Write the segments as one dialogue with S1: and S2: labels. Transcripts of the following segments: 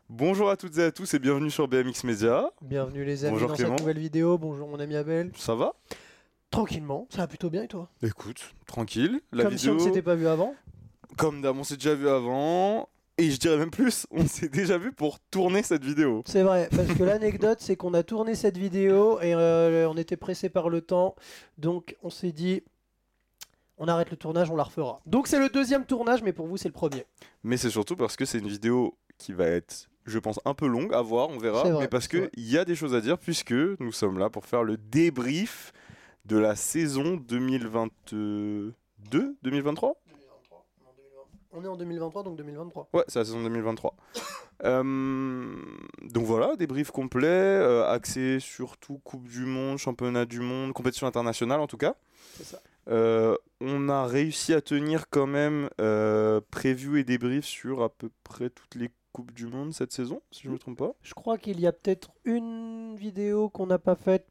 S1: Bonjour à toutes et à tous et bienvenue sur BMX Media.
S2: Bienvenue les amis
S1: Bonjour
S2: dans
S1: Clément.
S2: cette nouvelle vidéo. Bonjour mon ami Abel.
S1: Ça va?
S2: Tranquillement, ça va plutôt bien et toi?
S1: Écoute, tranquille. La
S2: Comme si on ne
S1: vidéo,
S2: s'était pas vu avant.
S1: comme d'hab, on s'est déjà vu avant. Et je dirais même plus, on s'est déjà vu pour tourner cette vidéo.
S2: C'est vrai, parce que l'anecdote c'est qu'on a tourné cette vidéo et on était pressé par le temps. Donc on s'est dit, on arrête le tournage, on la refera. Donc c'est le deuxième tournage, mais pour vous c'est le premier.
S1: Mais c'est surtout parce que c'est une vidéo qui va être, je pense, un peu longue à voir, on verra.
S2: C'est vrai,
S1: Mais parce
S2: c'est vrai.
S1: qu'il y a des choses à dire puisque nous sommes là pour faire le débrief de la saison 2022-2023.
S2: On est en 2023, donc 2023.
S1: Ouais, c'est la saison 2023. Donc voilà, débrief complet, axé surtout Coupe du Monde, Championnat du Monde, compétition internationale en tout cas.
S2: C'est ça.
S1: On a réussi à tenir quand même preview et débrief sur à peu près toutes les Coupes du Monde cette saison, si je me trompe pas.
S2: Je crois qu'il y a peut-être une vidéo qu'on n'a pas faite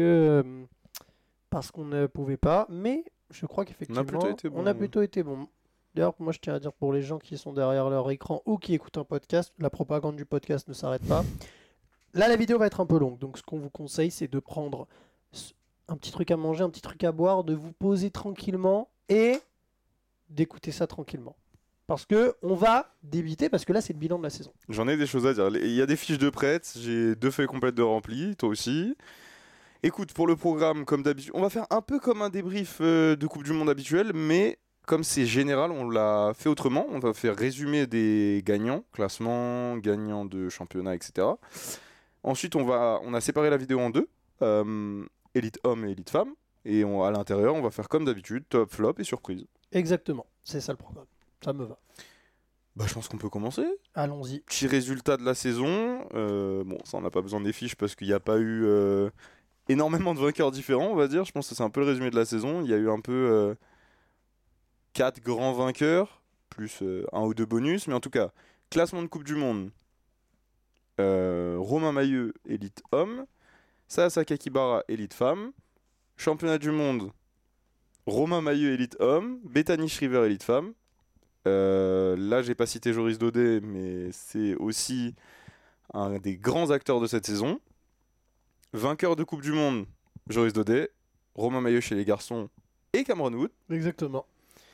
S2: parce qu'on ne pouvait pas, mais je crois qu'effectivement
S1: plutôt été bon,
S2: on a
S1: ouais.
S2: plutôt été bon. D'ailleurs, moi je tiens à dire pour les gens qui sont derrière leur écran ou qui écoutent un podcast, la propagande du podcast ne s'arrête pas. Là, la vidéo va être un peu longue, donc ce qu'on vous conseille, c'est de prendre un petit truc à manger, un petit truc à boire, de vous poser tranquillement et d'écouter ça tranquillement. Parce que on va débiter, parce que là c'est le bilan de la saison.
S1: J'en ai des choses à dire. Il y a des fiches de prêtes, j'ai 2 feuilles complètes de remplies, toi aussi. Écoute, pour le programme, comme d'habitude, on va faire un peu comme un débrief de Coupe du Monde habituel, mais comme c'est général, on l'a fait autrement. On va faire résumé des gagnants, classement, gagnants de championnat, etc. Ensuite, on a séparé la vidéo en deux, élite homme et élite femme. Et à l'intérieur, on va faire comme d'habitude, top, flop et surprise.
S2: Exactement, c'est ça le programme. Ça me va.
S1: Bah, je pense qu'on peut commencer.
S2: Allons-y.
S1: Petit résultat de la saison. Bon, ça, on n'a pas besoin des fiches parce qu'il n'y a pas eu énormément de vainqueurs différents, on va dire. Je pense que c'est un peu le résumé de la saison. Il y a eu un peu 4 grands vainqueurs, plus un ou deux bonus. Mais en tout cas, classement de Coupe du Monde. Romain Mailleux, élite homme. Saasa Kakibara, élite femme. Championnat du monde. Romain Mailleux, élite homme. Bethany Shriver, élite femme. Là, j'ai pas cité Joris Daudet, mais c'est aussi un des grands acteurs de cette saison. Vainqueur de Coupe du Monde, Joris Daudet. Romain Mailleux chez les garçons et Cameron Wood.
S2: Exactement.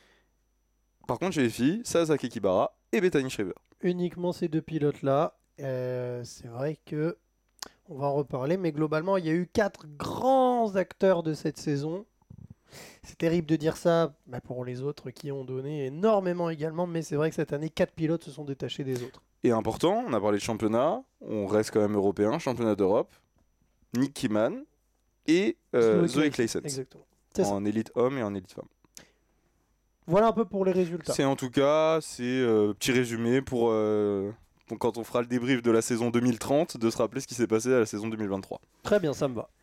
S1: Par contre, chez les filles, Saasa Kakibara et Bethany Shriver.
S2: Uniquement ces deux pilotes-là. C'est vrai que on va en reparler, mais globalement, il y a eu 4 grands acteurs de cette saison. C'est terrible de dire ça pour les autres qui ont donné énormément également, mais c'est vrai que cette année, 4 pilotes se sont détachés des autres.
S1: Et important, on a parlé de championnat, on reste quand même européen, championnat d'Europe. Nick Kiman et Zoe Claessens.
S2: Exactement. C'est ça.
S1: En élite homme et en élite femme.
S2: Voilà un peu pour les résultats.
S1: C'est en tout cas, c'est petit résumé pour quand on fera le débrief de la saison 2030, de se rappeler ce qui s'est passé à la saison 2023.
S2: Très bien, ça me va.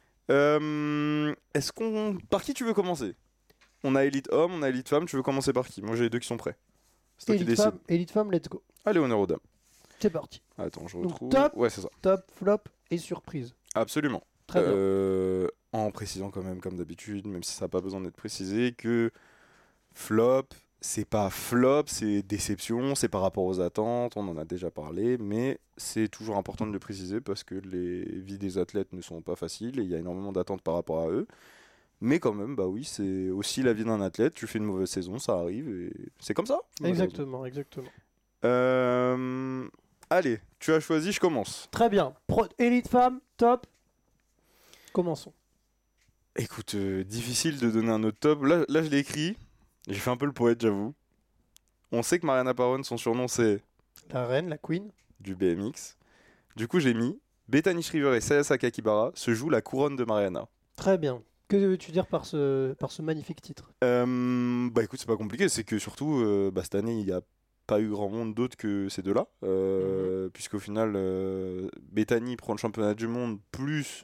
S1: Par qui tu veux commencer? On a élite homme, on a élite femme, tu veux commencer par qui? Moi j'ai les deux qui sont prêts. C'est toi qui décides.
S2: Élite femme, let's go.
S1: Allez, honneur aux dames.
S2: C'est parti.
S1: Attends, je
S2: Donc,
S1: retrouve.
S2: top.
S1: Ouais, c'est ça.
S2: Top, flop et surprise.
S1: Absolument.
S2: Très bien.
S1: En précisant quand même, comme d'habitude, même si ça n'a pas besoin d'être précisé, que flop, c'est pas flop, c'est déception, c'est par rapport aux attentes, on en a déjà parlé, mais c'est toujours important de le préciser parce que les vies des athlètes ne sont pas faciles et il y a énormément d'attentes par rapport à eux. Mais quand même, bah oui, c'est aussi la vie d'un athlète, tu fais une mauvaise saison, ça arrive et c'est comme ça.
S2: Exactement, exactement.
S1: Allez, tu as choisi, je commence.
S2: Très bien. Élite femme, top. Commençons.
S1: Écoute, difficile de donner un autre top. Là je l'ai écrit. J'ai fait un peu le poète, j'avoue. On sait que Mariana Parone, son surnom, c'est
S2: La reine, la queen.
S1: du BMX. Du coup, j'ai mis Bethany Shriver et Sayaka Kakibara se jouent la couronne de Mariana.
S2: Très bien. Que veux-tu dire par ce magnifique titre?
S1: Bah écoute, c'est pas compliqué. C'est que surtout, cette année, il n'y a pas eu grand monde d'autre que ces deux-là. Puisqu'au final, Bethany prend le championnat du monde plus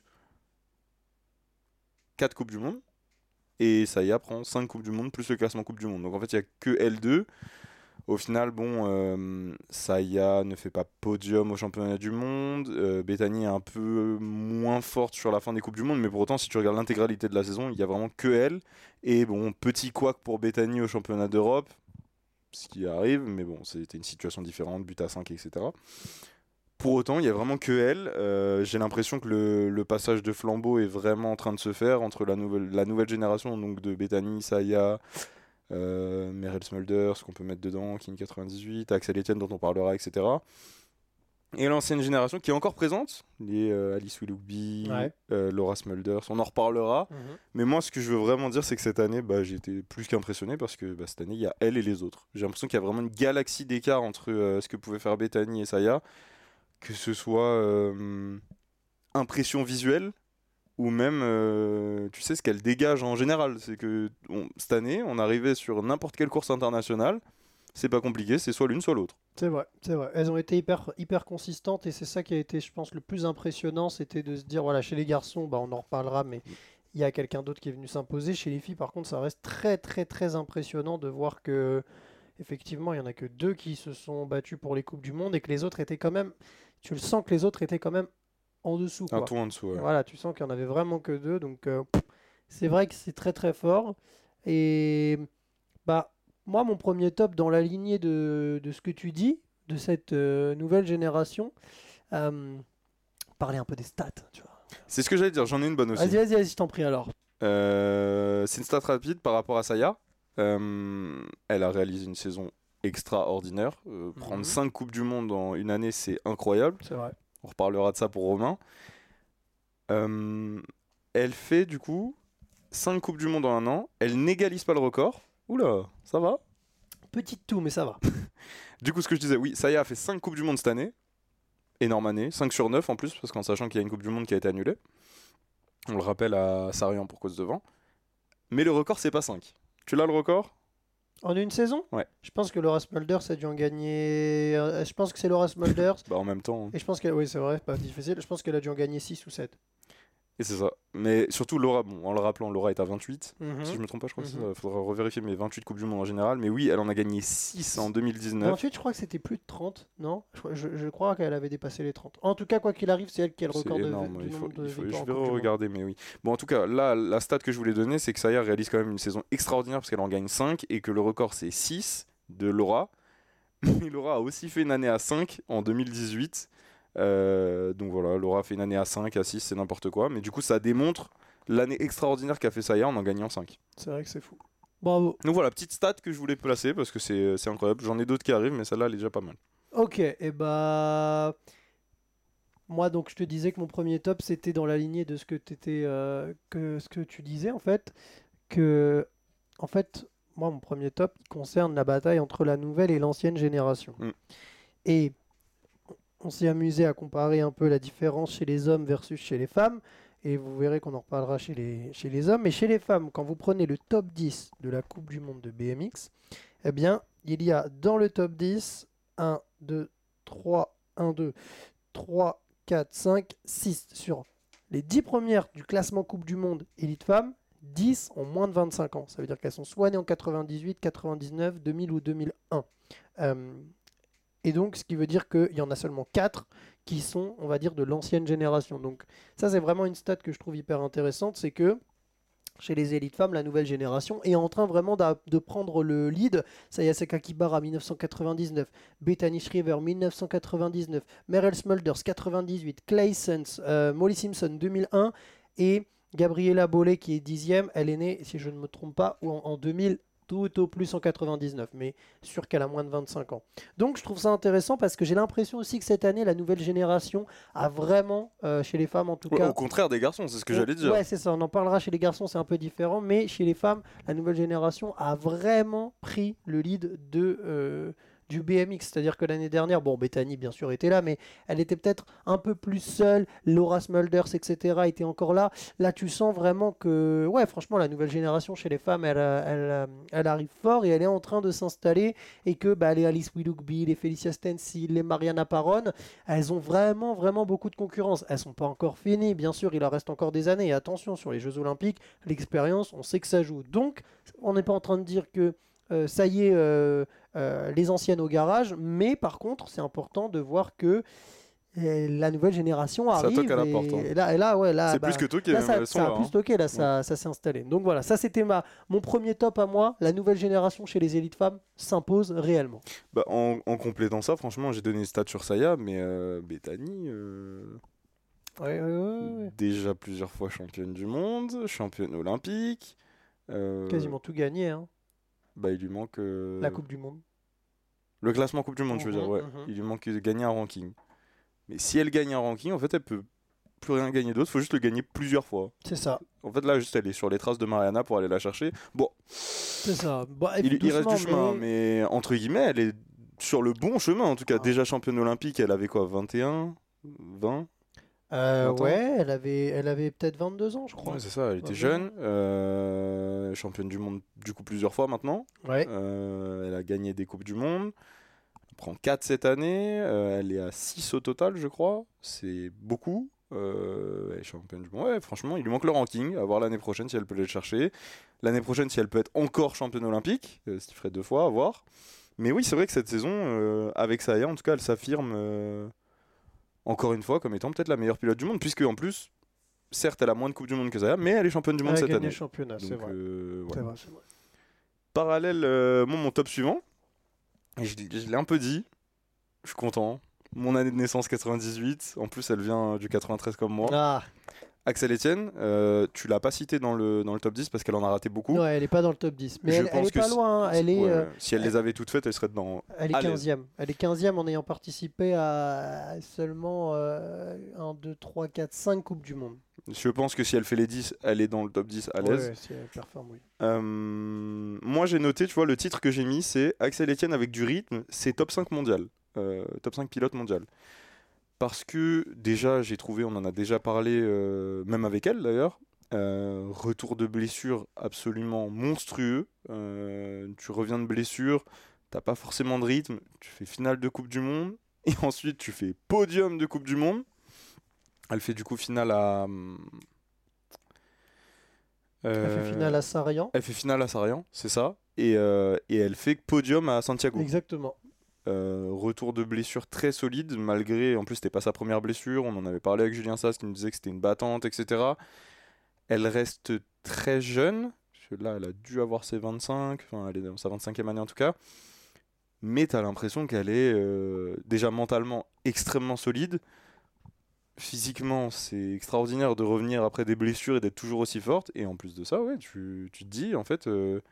S1: 4 Coupes du Monde. Et Saya prend 5 Coupes du Monde plus le classement Coupe du Monde. Donc en fait, il n'y a que L2. Au final, bon, Saya ne fait pas podium au championnat du monde. Bethany est un peu moins forte sur la fin des Coupes du Monde. Mais pour autant, si tu regardes l'intégralité de la saison, il n'y a vraiment que elle. Et bon, petit couac pour Bethany au championnat d'Europe. Ce qui arrive, mais bon, c'était une situation différente, but à 5, etc. pour autant, il y a vraiment que elle. J'ai l'impression que le passage de flambeau est vraiment en train de se faire entre la nouvelle génération donc de Bethany, Saya, Merel Smulders qu'on peut mettre dedans, King 98, Axel Etienne dont on parlera, etc. Et l'ancienne génération qui est encore présente, les Alice Willoughby, Laura Smulders, on en reparlera. Mais moi, ce que je veux vraiment dire, c'est que cette année, j'ai été plus qu'impressionné parce que cette année, il y a elle et les autres. J'ai l'impression qu'il y a vraiment une galaxie d'écart entre ce que pouvaient faire Bethany et Saya, que ce soit impression visuelle ou même, tu sais, ce qu'elle dégage en général. C'est que cette année, on arrivait sur n'importe quelle course internationale, c'est pas compliqué, c'est soit l'une, soit l'autre.
S2: C'est vrai, c'est vrai. Elles ont été hyper consistantes et c'est ça qui a été, je pense, le plus impressionnant, c'était de se dire, voilà, chez les garçons, on en reparlera, mais il y a quelqu'un d'autre qui est venu s'imposer. Chez les filles, par contre, ça reste très, très, très impressionnant de voir que, effectivement, il y en a que 2 qui se sont battus pour les Coupes du Monde et que les autres étaient quand même, tu le sens que les autres étaient quand même en dessous, quoi.
S1: Un ton en dessous, ouais.
S2: Voilà, tu sens qu'il n'y en avait vraiment que 2, donc c'est vrai que c'est très, très fort. Et moi, mon premier top dans la lignée de ce que tu dis, de cette nouvelle génération, parler un peu des stats, tu vois.
S1: C'est ce que j'allais dire, j'en ai une bonne aussi.
S2: Vas-y, je t'en prie alors.
S1: C'est une stat rapide par rapport à Saya. Elle a réalisé une saison extraordinaire. Prendre 5 Coupes du Monde en une année, c'est incroyable.
S2: C'est vrai.
S1: On reparlera de ça pour Romain. Elle fait du coup 5 Coupes du Monde en un an. Elle n'égalise pas le record. Oula, ça va.
S2: Petite toux, mais ça va.
S1: Du coup, ce que je disais, oui, Saya a fait 5 Coupes du Monde cette année. Énorme année. 5 sur 9 en plus, parce qu'en sachant qu'il y a une Coupe du Monde qui a été annulée. On le rappelle à Sarian pour cause de vent. Mais le record, c'est pas 5. Tu l'as le record ?
S2: En une saison ?
S1: Ouais.
S2: Je pense que Laura Smulders a dû en gagner. Je pense que c'est Laura Smulders.
S1: En même temps.
S2: Et je pense qu'elle. Oui, c'est vrai, pas difficile. Je pense qu'elle a dû en gagner 6 ou 7.
S1: Et c'est ça. Mais surtout Laura, en le rappelant, Laura est à 28. Si je me trompe pas, je crois que c'est ça. Il faudra revérifier mes 28 Coupes du Monde en général. Mais oui, elle en a gagné 6 en 2019.
S2: 28, je crois que c'était plus de 30, non ? Je crois qu'elle avait dépassé les 30. En tout cas, quoi qu'il arrive, c'est elle qui a le record
S1: du nombre de
S2: victoires.
S1: Je vais regarder, mais oui. Bon, en tout cas, là, la stat que je voulais donner, c'est que Saya réalise quand même une saison extraordinaire parce qu'elle en gagne 5 et que le record c'est 6 de Laura. Mais Laura a aussi fait une année à 5 en 2018. Donc voilà, Laura fait une année à 5, à 6, c'est n'importe quoi. Mais du coup, ça démontre l'année extraordinaire qu'a fait Saya en gagnant 5.
S2: C'est vrai que c'est fou. Bravo.
S1: Donc voilà, petite stat que je voulais placer parce que c'est incroyable. J'en ai d'autres qui arrivent, mais celle-là, elle est déjà pas mal.
S2: Ok, et moi, donc, je te disais que mon premier top, c'était dans la lignée de ce que tu disais, en fait. Moi, mon premier top, il concerne la bataille entre la nouvelle et l'ancienne génération. Et on s'est amusé à comparer un peu la différence chez les hommes versus chez les femmes. Et vous verrez qu'on en reparlera chez les hommes. Mais chez les femmes, quand vous prenez le top 10 de la Coupe du Monde de BMX, eh bien, il y a dans le top 10 1, 2, 3, 4, 5, 6 sur les 10 premières du classement Coupe du Monde élite femmes, 10 ont moins de 25 ans. Ça veut dire qu'elles sont soit nées en 98, 99, 2000 ou 2001. Et donc, ce qui veut dire qu'il y en a seulement 4 qui sont, on va dire, de l'ancienne génération. Donc ça, c'est vraiment une stat que je trouve hyper intéressante, c'est que chez les élites femmes, la nouvelle génération est en train vraiment de prendre le lead. Saya Sakakibara 1999, Bethany Shriver 1999, Merel Smulders 98, Clay Sens, Molly Simpson 2001 et Gabriela Bollet qui est 10e. Elle est née, si je ne me trompe pas, en 2000. Tout au plus en 99, mais sûr qu'elle a moins de 25 ans. Donc je trouve ça intéressant parce que j'ai l'impression aussi que cette année, la nouvelle génération a vraiment, chez les femmes en tout cas...
S1: Au contraire des garçons, c'est ce que j'allais dire.
S2: Ouais, c'est ça, on en parlera chez les garçons, c'est un peu différent, mais chez les femmes, la nouvelle génération a vraiment pris le lead du BMX. C'est-à-dire que l'année dernière, Bethany bien sûr était là, mais elle était peut-être un peu plus seule. Laura Smulders, etc. étaient encore là. Là, tu sens vraiment que, ouais, franchement, la nouvelle génération chez les femmes, elle arrive fort et elle est en train de s'installer. Et que les Alice Willoughby, les Felicia Stencil, les Mariana Paron, elles ont vraiment, vraiment beaucoup de concurrence. Elles sont pas encore finies, bien sûr, il leur reste encore des années. Et attention, sur les Jeux Olympiques, l'expérience, on sait que ça joue. Donc, on n'est pas en train de dire que ça y est, les anciennes au garage, mais par contre, c'est important de voir que Et la nouvelle génération
S1: Ça
S2: arrive.
S1: toque à la porte, hein.
S2: Et là, ouais, là,
S1: C'est
S2: bah,
S1: plus que toqué,
S2: là,
S1: même,
S2: ça,
S1: elles sont
S2: ça a
S1: là,
S2: plus
S1: hein.
S2: toqué, là, ça s'est installé. Donc voilà, ça c'était mon premier top à moi. La nouvelle génération chez les élites femmes s'impose réellement.
S1: Bah, en complétant ça, franchement, j'ai donné une stat sur Saya, mais Bethany,
S2: Ouais.
S1: déjà plusieurs fois championne du monde, championne olympique.
S2: Quasiment tout gagné, hein.
S1: Bah, il lui manque
S2: La Coupe du Monde.
S1: le classement Coupe du Monde, je veux dire, ouais.
S2: Mhm.
S1: Il lui manque de gagner un ranking. Mais si elle gagne un ranking, en fait, elle peut plus rien gagner d'autre, faut juste le gagner plusieurs fois.
S2: C'est ça.
S1: En fait, là, juste, elle est sur les traces de Mariana pour aller la chercher. Bon,
S2: C'est ça. Bah, et puis
S1: il reste du
S2: doucement,
S1: chemin, mais entre guillemets, elle est sur le bon chemin. En tout cas,
S2: Ah.
S1: déjà championne olympique, elle avait quoi, 21, 20? 20 ans.
S2: Ouais, elle avait peut-être 22 ans, je crois.
S1: Ouais, c'est ça, elle était
S2: 22
S1: jeune, championne du monde du coup plusieurs fois maintenant.
S2: Ouais.
S1: Elle a gagné des coupes du monde. Elle prend 4 cette année, elle est à 6 au total, je crois. C'est beaucoup. Elle est championne du monde. Ouais, franchement, il lui manque le ranking. À voir l'année prochaine si elle peut aller le chercher. L'année prochaine, si elle peut être encore championne olympique, ce qui ferait 2 fois, à voir. Mais oui, c'est vrai que cette saison, avec Saya, en tout cas, elle s'affirme encore une fois comme étant peut-être la meilleure pilote du monde, puisque en plus, certes, elle a moins de Coupes du Monde que Saya, mais elle est championne du monde
S2: Elle a
S1: cette
S2: gagné
S1: année.
S2: le championnat, c'est
S1: Donc,
S2: vrai.
S1: ouais.
S2: C'est vrai, c'est vrai.
S1: Parallèle, mon top suivant, et je l'ai un peu dit, je suis content. Mon année de naissance 98, en plus elle vient du 93 comme moi.
S2: Ah,
S1: Axel Etienne, tu l'as pas cité dans le top 10 parce qu'elle en a raté beaucoup.
S2: ouais, elle est pas dans le top 10. Mais
S1: Je
S2: elle
S1: pense
S2: est
S1: que
S2: pas loin, hein. Elle est,
S1: ouais, si elle les avait toutes faites, elle serait dedans.
S2: elle est
S1: à l'aise.
S2: 15e. Elle est 15e en ayant participé à seulement 1, 2, 3, 4, 5 Coupes du Monde.
S1: Je pense que si elle fait les 10, elle est dans le top 10 à l'aise.
S2: Ouais, si elle performe, oui.
S1: Moi j'ai noté, tu vois, le titre que j'ai mis, c'est Axel Etienne avec du rythme, c'est top 5 mondial, top 5 pilote mondial. Parce que déjà, j'ai trouvé, on en a déjà parlé, même avec elle d'ailleurs, retour de blessure absolument monstrueux. Tu reviens de blessure, t'as pas forcément de rythme, tu fais finale de Coupe du Monde, et ensuite tu fais podium de Coupe du Monde. Elle fait du coup finale à...
S2: Elle fait finale à Sarayan.
S1: Elle fait finale à Sarayan, c'est ça. Et elle fait podium à Santiago.
S2: Exactement.
S1: Retour de blessure très solide, malgré, en plus c'était pas sa première blessure, on en avait parlé avec Julien Sass qui nous disait que c'était une battante, etc. Elle reste très jeune, parce que là elle a dû avoir ses 25, enfin elle est dans sa 25e année en tout cas, mais t'as l'impression qu'elle est déjà mentalement extrêmement solide. Physiquement, c'est extraordinaire de revenir après des blessures et d'être toujours aussi forte. Et en plus de ça, ouais, tu te dis, en fait,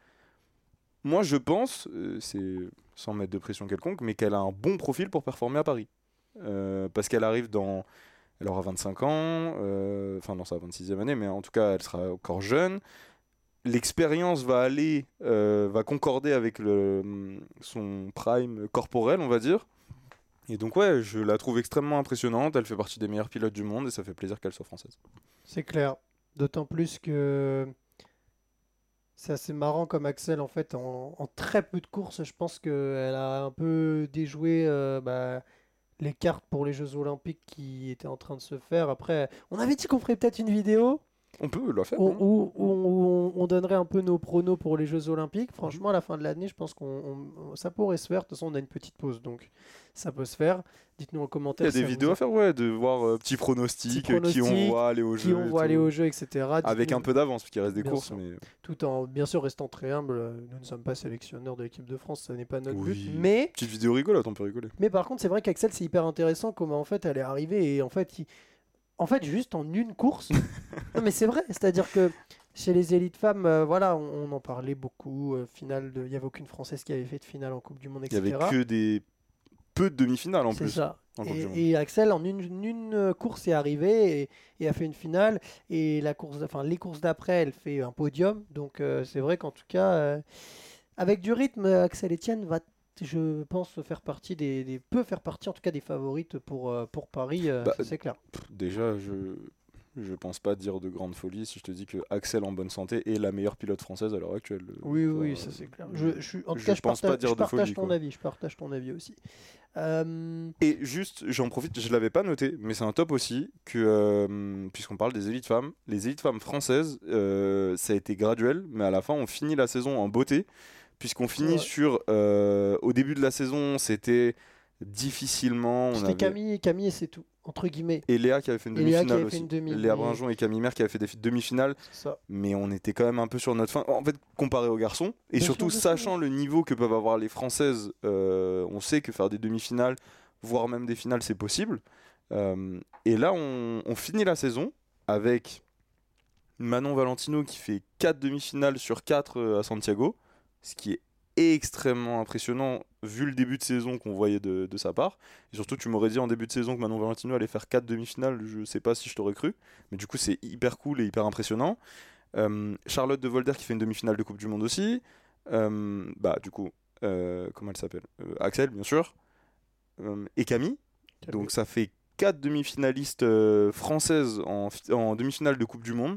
S1: moi je pense, c'est sans mettre de pression quelconque, mais qu'elle a un bon profil pour performer à Paris. Parce qu'elle arrive dans... Elle aura 25 ans, enfin dans sa 26e année, mais en tout cas, elle sera encore jeune. L'expérience va aller, va concorder avec son prime corporel, on va dire. Et donc ouais, je la trouve extrêmement impressionnante, elle fait partie des meilleurs pilotes du monde et ça fait plaisir qu'elle soit française.
S2: C'est clair. D'autant plus que c'est assez marrant comme Axel, en fait, en très peu de courses, je pense qu'elle a un peu déjoué les cartes pour les Jeux Olympiques qui étaient en train de se faire. Après, on avait dit qu'on ferait peut-être une vidéo
S1: On peut la faire.
S2: où on donnerait un peu nos pronos pour les Jeux Olympiques. Franchement, à la fin de l'année, je pense ça pourrait se faire. De toute façon, on a une petite pause, donc ça peut se faire. Dites-nous en
S1: Il y
S2: commentaire
S1: a des vidéos à faire, ouais, de voir petits pronostics, qui on voit aller au jeu.
S2: qui on
S1: et
S2: voit
S1: tout.
S2: aller au jeu, etc.
S1: Avec
S2: Dites-nous-
S1: un peu d'avance, parce qu'il reste des
S2: Bien
S1: courses.
S2: sûr.
S1: Mais...
S2: Tout en, bien sûr, restant très humble. Nous ne sommes pas sélectionneurs de l'équipe de France, ça n'est pas notre
S1: Oui.
S2: but. Mais
S1: Petite vidéo rigolote, on peut rigoler.
S2: par contre, c'est vrai qu'Axel, c'est hyper intéressant comment en fait elle est arrivée et en fait, juste en une course. Non, mais c'est vrai, c'est-à-dire que chez les élites femmes, voilà, on en parlait beaucoup. Il n'y avait aucune Française qui avait fait de finale en Coupe du Monde,
S1: Il y
S2: etc.
S1: avait que peu de demi-finales en
S2: C'est
S1: plus.
S2: ça.
S1: en Coupe du Monde.
S2: Et Axel, en une course, est arrivé et a fait une finale. Et les courses d'après, elle fait un podium. Donc c'est vrai qu'en tout cas, avec du rythme, Axel Etienne va, je pense, peut faire partie en tout cas des favorites pour Paris. Ça, c'est clair.
S1: Déjà, je pense pas dire de grande folie si je te dis que Axel en bonne santé est la meilleure pilote française à l'heure actuelle.
S2: Oui,
S1: Enfin,
S2: ça c'est clair. En tout
S1: je
S2: cas, je
S1: pense pas dire
S2: je
S1: de
S2: partage
S1: folie,
S2: ton
S1: quoi.
S2: avis. Je partage ton avis aussi.
S1: Et juste, j'en profite, je l'avais pas noté, mais c'est un top aussi, que puisqu'on parle des élites femmes, les élites femmes françaises, ça a été graduel, mais à la fin, on finit la saison en beauté, puisqu'on finit
S2: Ouais.
S1: sur... au début de la saison, c'était difficilement...
S2: C'était Camille et c'est tout. entre guillemets.
S1: Et Léa qui avait fait une
S2: Et Léa qui
S1: demi-finale
S2: avait fait
S1: aussi.
S2: une demi,
S1: Léa
S2: mais-
S1: Brinjon et Camille Mère qui avaient fait des demi-finales.
S2: C'est ça.
S1: Mais on était quand même un peu sur notre fin. En fait, comparé aux garçons, et
S2: Bien
S1: surtout
S2: sûr, bien sûr,
S1: sachant le niveau que peuvent avoir les Françaises, on sait que faire des demi-finales, voire même des finales, c'est possible. Et là, on finit la saison avec Manon Valentino qui fait 4 demi-finales sur 4 à Santiago, ce qui est extrêmement impressionnant vu le début de saison qu'on voyait de sa part. Et surtout, tu m'aurais dit en début de saison que Manon Valentino allait faire 4 demi-finales, je sais pas si je t'aurais cru, mais du coup, c'est hyper cool et hyper impressionnant. Charlotte de Volder qui fait une demi-finale de Coupe du Monde aussi. Du coup, comment elle s'appelle Axel, bien sûr. Et Camille. Donc ça fait 4 demi-finalistes françaises en demi-finale de Coupe du Monde.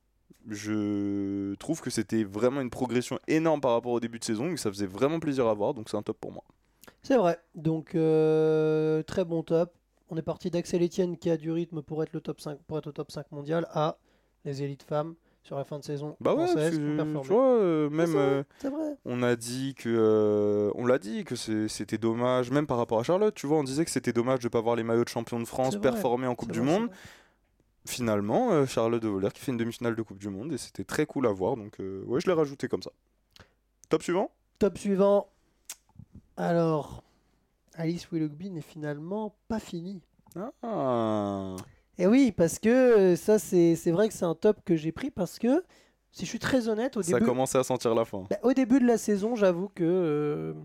S1: Je trouve que c'était vraiment une progression énorme par rapport au début de saison et que ça faisait vraiment plaisir à voir, donc c'est un top pour moi.
S2: C'est vrai. Donc, très bon top. On est parti d'Axel Etienne qui a du rythme pour être, le top 5, pour être au top 5 mondial à les élites femmes sur la fin de saison
S1: Bah ouais,
S2: françaises
S1: parce
S2: qui ont
S1: que,
S2: performé.
S1: tu vois,
S2: C'est
S1: même
S2: vrai, c'est vrai.
S1: on a dit que on l'a dit que c'était dommage, même par rapport à Charlotte, tu vois, on disait que c'était dommage de pas voir les maillots de champion de France
S2: C'est vrai,
S1: performer en Coupe
S2: C'est
S1: du
S2: vrai, c'est
S1: Monde.
S2: vrai.
S1: Finalement, Charlotte de Voller qui fait une demi-finale de Coupe du Monde et c'était très cool à voir, donc ouais, je l'ai rajouté comme ça. Top suivant.
S2: Top suivant. Alors, Alice Willoughby n'est finalement pas finie.
S1: Ah.
S2: Et oui, parce que ça, c'est vrai que c'est un top que j'ai pris parce que, si je suis très honnête,
S1: Ça commençait à sentir la fin.
S2: au début de la saison, j'avoue que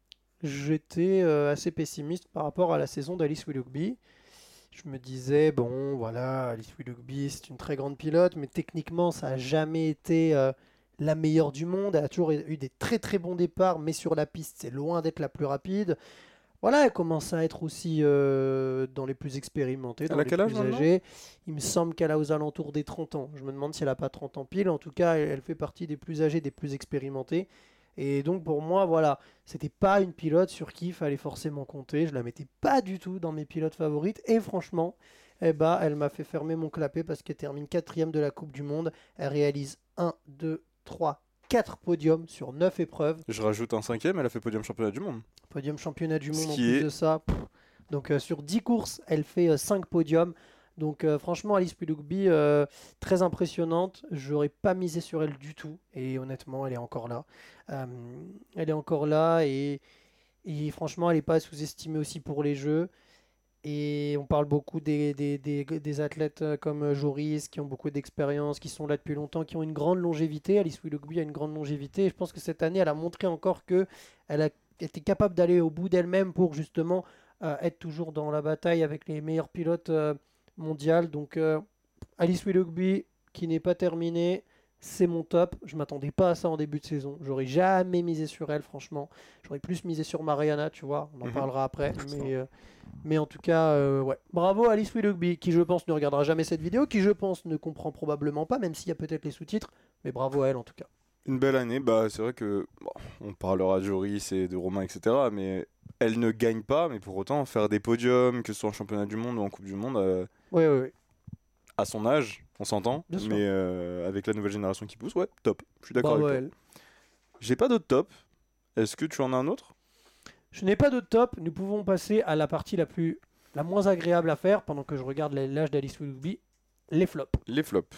S2: j'étais assez pessimiste par rapport à la saison d'Alice Willoughby. Je me disais, bon, voilà, Alice Willoughby, c'est une très grande pilote, mais techniquement, ça n'a jamais été la meilleure du monde. Elle a toujours eu des très très bons départs, mais sur la piste, c'est loin d'être la plus rapide. Voilà, elle commence à être aussi dans les plus expérimentés, dans
S1: Elle a
S2: les
S1: quel âge
S2: plus
S1: maintenant
S2: âgés. Il me semble qu'elle a aux alentours des 30 ans. Je me demande si elle n'a pas 30 ans pile. En tout cas, elle fait partie des plus âgés, des plus expérimentés. Et donc pour moi, voilà, c'était pas une pilote sur qui il fallait forcément compter. Je la mettais pas du tout dans mes pilotes favorites. Et franchement, eh ben, elle m'a fait fermer mon clapet parce qu'elle termine 4e de la Coupe du Monde. Elle réalise 1, 2, 3, 4 podiums sur 9 épreuves.
S1: Je rajoute un 5e, elle a fait podium championnat du monde.
S2: Podium championnat du
S1: Ce
S2: monde en
S1: qui
S2: plus
S1: est-
S2: de ça. Donc sur 10 courses, elle fait 5 podiums. Donc franchement, Alice Willoughby, très impressionnante. J'aurais pas misé sur elle du tout. Et honnêtement, elle est encore là. Euh, Elle est encore là et franchement, elle n'est pas sous-estimée aussi pour les Jeux. Et on parle beaucoup des athlètes comme Joris, qui ont beaucoup d'expérience, qui sont là depuis longtemps, qui ont une grande longévité. Alice Willoughby a une grande longévité. Et je pense que cette année, elle a montré encore que elle a été capable d'aller au bout d'elle-même pour justement être toujours dans la bataille avec les meilleurs pilotes mondiaux. Donc Alice Willoughby, qui n'est pas terminée, c'est mon top. Je m'attendais pas à ça en début de saison. J'aurais jamais misé sur elle, franchement. J'aurais plus misé sur Mariana, tu vois. On en
S1: Mhm.
S2: parlera après.
S1: C'est
S2: Mais en tout cas, ouais. Bravo à Alice Willoughby, qui je pense ne regardera jamais cette vidéo, qui je pense ne comprend probablement pas, même s'il y a peut-être les sous-titres. Mais bravo à elle en tout cas.
S1: Une belle année, bah c'est vrai que bon, on parlera de Joris et de Romain, etc. Mais elle ne gagne pas, mais pour autant faire des podiums, que ce soit en championnat du monde ou en Coupe du Monde,
S2: Ouais, ouais, ouais.
S1: à son âge, on s'entend.
S2: Bien sûr.
S1: Mais avec la nouvelle génération qui pousse, ouais, top. Je suis d'accord
S2: Bravo à
S1: avec toi.
S2: elle.
S1: J'ai pas d'autre top. Est-ce que tu en as un autre?
S2: Je n'ai pas de top. Nous pouvons passer à la partie la moins agréable à faire pendant que je regarde l'âge d'Alice Willoughby, les flops.
S1: Les flops.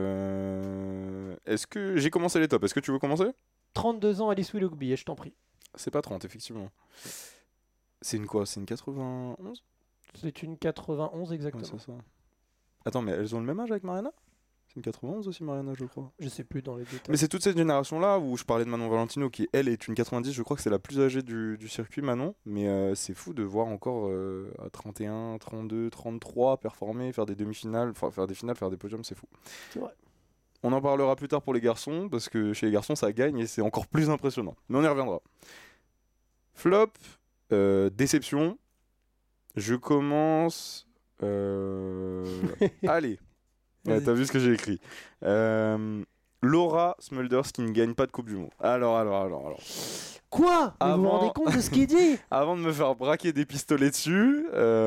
S1: Est-ce que j'ai commencé les tops? Est-ce que tu veux commencer?
S2: 32 ans, Alice Willoughby, et je t'en prie.
S1: C'est pas 30, effectivement. C'est une quoi? C'est une 91?
S2: C'est une 91
S1: Ouais,
S2: exactement.
S1: c'est ça. Attends, mais elles ont le même âge avec Mariana? C'est une 91 aussi, Mariana, je crois.
S2: Je sais plus dans les détails.
S1: Mais c'est toute cette génération-là où je parlais de Manon Valentino, qui elle est une 90, je crois que c'est la plus âgée du circuit, Manon. Mais c'est fou de voir encore à 31, 32, 33 performer, faire des demi-finales, enfin faire des finales, faire des podiums, c'est fou.
S2: C'est vrai.
S1: On en parlera plus tard pour les garçons, parce que chez les garçons ça gagne et c'est encore plus impressionnant. Mais on y reviendra. Flop, déception. Je commence. Allez. Ouais,
S2: Vas-y.
S1: t'as vu ce que j'ai écrit. Laura Smulders qui ne gagne pas de Coupe du Monde. Alors.
S2: Quoi? Mais vous vous
S1: Avant-
S2: rendez compte de ce qu'il dit?
S1: Avant de me faire braquer des pistolets dessus,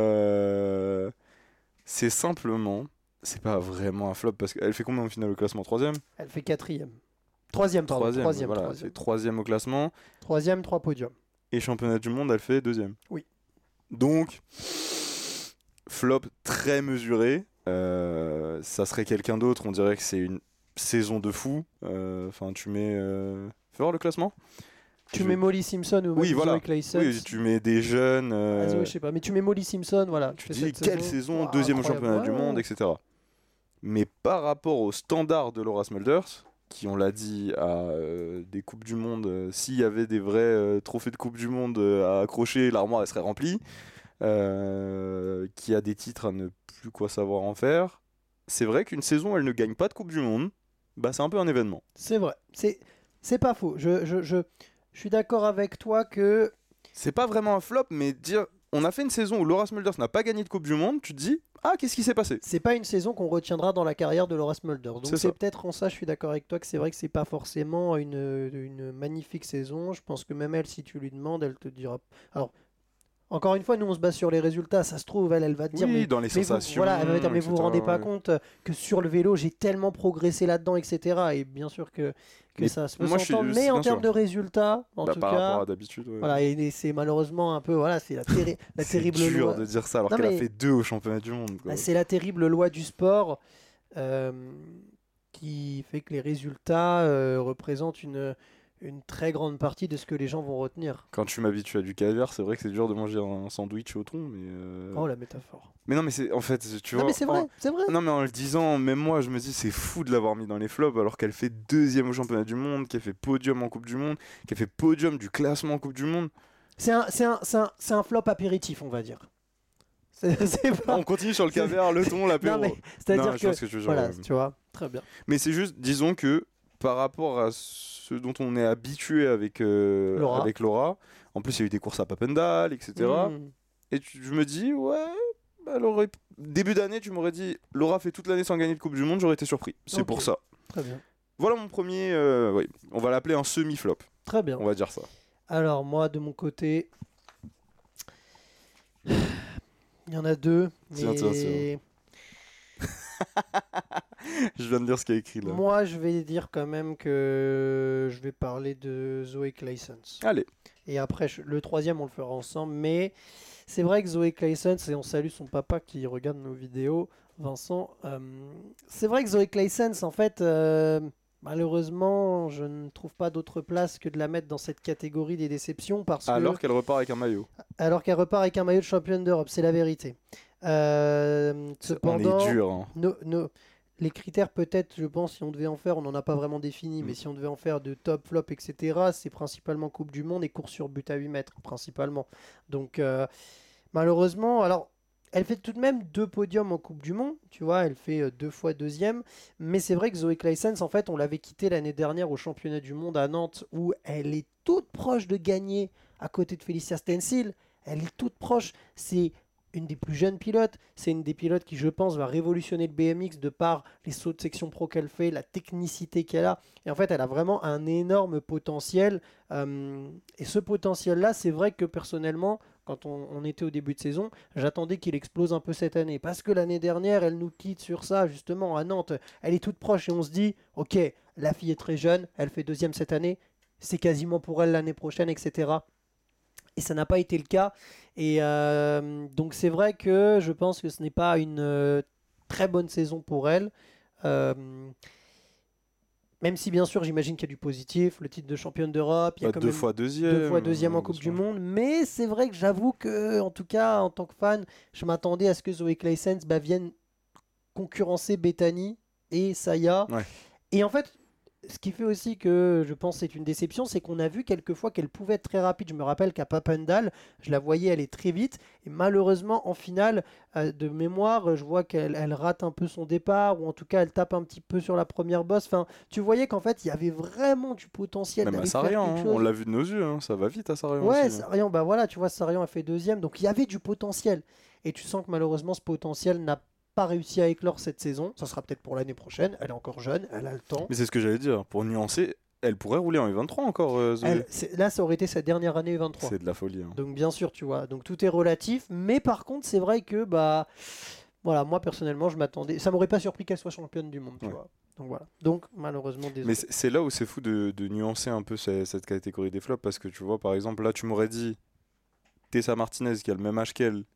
S1: c'est simplement. C'est pas vraiment un flop parce qu'elle fait combien au final au classement? Troisième?
S2: Elle fait 4e. Troisième, pardon. Troisième,
S1: voilà,
S2: troisième.
S1: c'est troisième au classement.
S2: Troisième, 3 podiums.
S1: Et championnat du monde, elle fait deuxième.
S2: Oui.
S1: Donc, flop très mesuré. Ça serait quelqu'un d'autre, on dirait que c'est une saison de fou. Enfin, tu mets. Fais voir le classement.
S2: Tu mets Molly Simpson ou
S1: Oui,
S2: même
S1: voilà.
S2: Zoe Clayson.
S1: Oui, tu mets des jeunes.
S2: Zoé, je sais pas, mais tu mets Molly Simpson, voilà.
S1: Tu
S2: fais
S1: dis
S2: cette
S1: quelle saison,
S2: Ouah,
S1: deuxième au
S2: incroyable.
S1: championnat du
S2: Ouais,
S1: monde,
S2: ouais.
S1: etc. Mais par rapport au standard de Laura Smulders, qui on l'a dit à des coupes du monde, s'il y avait des vrais trophées de coupe du monde à accrocher, l'armoire elle serait remplie. Qui a des titres à ne plus quoi savoir en faire. C'est vrai qu'une saison où elle ne gagne pas de coupe du monde, bah c'est un peu un événement.
S2: C'est vrai, c'est pas faux. Je suis d'accord avec toi que
S1: C'est pas vraiment un flop, mais dire on a fait une saison où Laura Smulders n'a pas gagné de coupe du monde, tu te dis ah qu'est-ce qui s'est passé?
S2: c'est pas une saison qu'on retiendra dans la carrière de Laura Smulders. Donc
S1: C'est
S2: c'est
S1: ça.
S2: peut-être en ça, je suis d'accord avec toi que c'est vrai que c'est pas forcément une magnifique saison. Je pense que même elle, si tu lui demandes, elle te dira. Alors, encore une fois, nous on se base sur les résultats. Ça se trouve, elle va te dire,
S1: Oui, dans les
S2: mais vous,
S1: sensations,
S2: voilà, elle va te dire, mais vous vous rendez pas
S1: etc., ouais.
S2: compte que sur le vélo, j'ai tellement progressé là-dedans, etc. Et bien sûr que
S1: Mais
S2: ça se peut
S1: moi, je suis-
S2: s'entendre. Mais en
S1: bien
S2: termes
S1: sûr.
S2: de résultats, en
S1: Bah,
S2: tout
S1: par rapport
S2: cas,
S1: à d'habitude, ouais.
S2: voilà, et c'est malheureusement un peu, voilà, c'est la
S1: C'est
S2: terrible
S1: dur
S2: loi.
S1: de dire ça alors
S2: Non
S1: qu'elle a
S2: mais
S1: fait 2 au championnat du monde, quoi.
S2: c'est la terrible loi du sport euh, qui fait que les résultats représentent une très grande partie de ce que les gens vont retenir.
S1: Quand tu m'habitues à du caviar, c'est vrai que c'est dur de manger un sandwich au thon, mais.
S2: Oh la métaphore.
S1: Mais non, mais c'est en fait, tu
S2: Non
S1: vois.
S2: mais c'est vrai, c'est vrai.
S1: Non, mais en le disant, même moi, je me dis c'est fou de l'avoir mis dans les flops alors qu'elle fait deuxième au championnat du monde, qu'elle fait podium en Coupe du Monde, qu'elle fait podium du classement en Coupe du Monde.
S2: C'est un flop apéritif, on va dire. C'est pas.
S1: On continue sur le caviar, le thon,
S2: Non
S1: l'apéro.
S2: mais
S1: Non,
S2: c'est-à-dire
S1: je vois ce
S2: que
S1: que tu veux dire,
S2: voilà,
S1: ouais.
S2: tu vois, très bien.
S1: Mais c'est juste, disons que par rapport à ce dont on est habitué avec
S2: Laura.
S1: avec Laura, en plus il y a eu des courses à Papendal, etc.
S2: Hmm.
S1: Et je me dis, ouais, bah, début d'année, tu m'aurais dit, Laura fait toute l'année sans gagner de Coupe du Monde, j'aurais été surpris. C'est
S2: Ok.
S1: pour ça.
S2: Très bien.
S1: Voilà mon premier, oui, on va l'appeler un semi-flop,
S2: Très bien.
S1: on va dire ça.
S2: Alors moi de mon côté, il y en a deux,
S1: Tiens,
S2: mais
S1: Je viens de lire ce qu'il y a écrit là.
S2: moi je vais dire quand même que je vais parler de Zoe Claessens.
S1: Allez,
S2: Et après le troisième on le fera ensemble, mais c'est vrai que Zoe Claessens, et on salue son papa qui regarde nos vidéos, Vincent, c'est vrai que Zoe Claessens en fait, malheureusement je ne trouve pas d'autre place que de la mettre dans cette catégorie des déceptions parce que
S1: alors qu'elle repart avec un maillot.
S2: alors qu'elle repart avec un maillot de championne d'Europe, c'est la vérité.
S1: On
S2: Cependant,
S1: est dur, hein.
S2: les critères peut-être, je pense, si on devait en faire, on n'en a pas vraiment défini, mais si on devait en faire de top, flop, etc., c'est principalement Coupe du Monde et course sur but à 8 mètres, principalement. Donc malheureusement, alors elle fait tout de même 2 podiums en Coupe du Monde, tu vois, elle fait 2 fois deuxième, mais c'est vrai que Zoe Claessens, en fait, on l'avait quittée l'année dernière au championnat du monde à Nantes, où elle est toute proche de gagner à côté de Felicia Stensil, elle est toute proche, c'est une des plus jeunes pilotes, c'est une des pilotes qui, je pense, va révolutionner le BMX de par les sauts de section pro qu'elle fait, la technicité qu'elle a. Et en fait, elle a vraiment un énorme potentiel. Et ce potentiel-là, c'est vrai que personnellement, quand on était au début de saison, j'attendais qu'il explose un peu cette année. Parce que l'année dernière, elle nous quitte sur ça, justement, à Nantes. Elle est toute proche et on se dit, ok, la fille est très jeune, elle fait deuxième cette année, c'est quasiment pour elle l'année prochaine, etc. Et ça n'a pas été le cas. Et donc c'est vrai que je pense que ce n'est pas une très bonne saison pour elle. Euh, Même si bien sûr j'imagine qu'il y a du positif, le titre de championne d'Europe, il y a
S1: Bah,
S2: quand
S1: deux
S2: même
S1: fois deuxième.
S2: 2 fois deuxième en
S1: bien
S2: Coupe
S1: sûr.
S2: du Monde. Mais c'est vrai que j'avoue que, en tout cas, en tant que fan, je m'attendais à ce que Zoe Claessens vienne concurrencer Bethany et Saya.
S1: Ouais.
S2: Et en fait, ce qui fait aussi que je pense que c'est une déception, c'est qu'on a vu quelquefois qu'elle pouvait être très rapide. Je me rappelle qu'à Papendal, je la voyais aller très vite. Et malheureusement, en finale, de mémoire, je vois qu'elle rate un peu son départ, ou en tout cas, elle tape un petit peu sur la première bosse. Enfin, tu voyais qu'en fait, il y avait vraiment du potentiel
S1: Même à
S2: d'aller faire
S1: Sarian,
S2: quelque
S1: hein,
S2: chose.
S1: on l'a vu de nos yeux, hein, ça va vite à Sarian
S2: Ouais,
S1: aussi, hein.
S2: Sarian, bah voilà, tu vois, Sarian a fait deuxième, donc il y avait du potentiel. Et tu sens que malheureusement, ce potentiel n'a pas réussi à éclore cette saison. Ça sera peut-être pour l'année prochaine. Elle est encore jeune, elle a le temps.
S1: Mais c'est ce que j'allais dire, pour nuancer, elle pourrait rouler en U23 encore, Zoé.
S2: Là, ça aurait été sa dernière année U23.
S1: C'est de la folie, hein.
S2: Donc bien sûr, tu vois, donc tout est relatif. Mais par contre, c'est vrai que, bah, voilà, moi personnellement, je m'attendais. Ça m'aurait pas surpris qu'elle soit championne du monde, tu
S1: Ouais.
S2: vois. Donc voilà. Donc malheureusement, désolé.
S1: Mais c'est là où c'est fou de nuancer un peu cette catégorie des flops, parce que tu vois, par exemple, là, tu m'aurais dit Tessa Martinez, qui a le même âge qu'elle,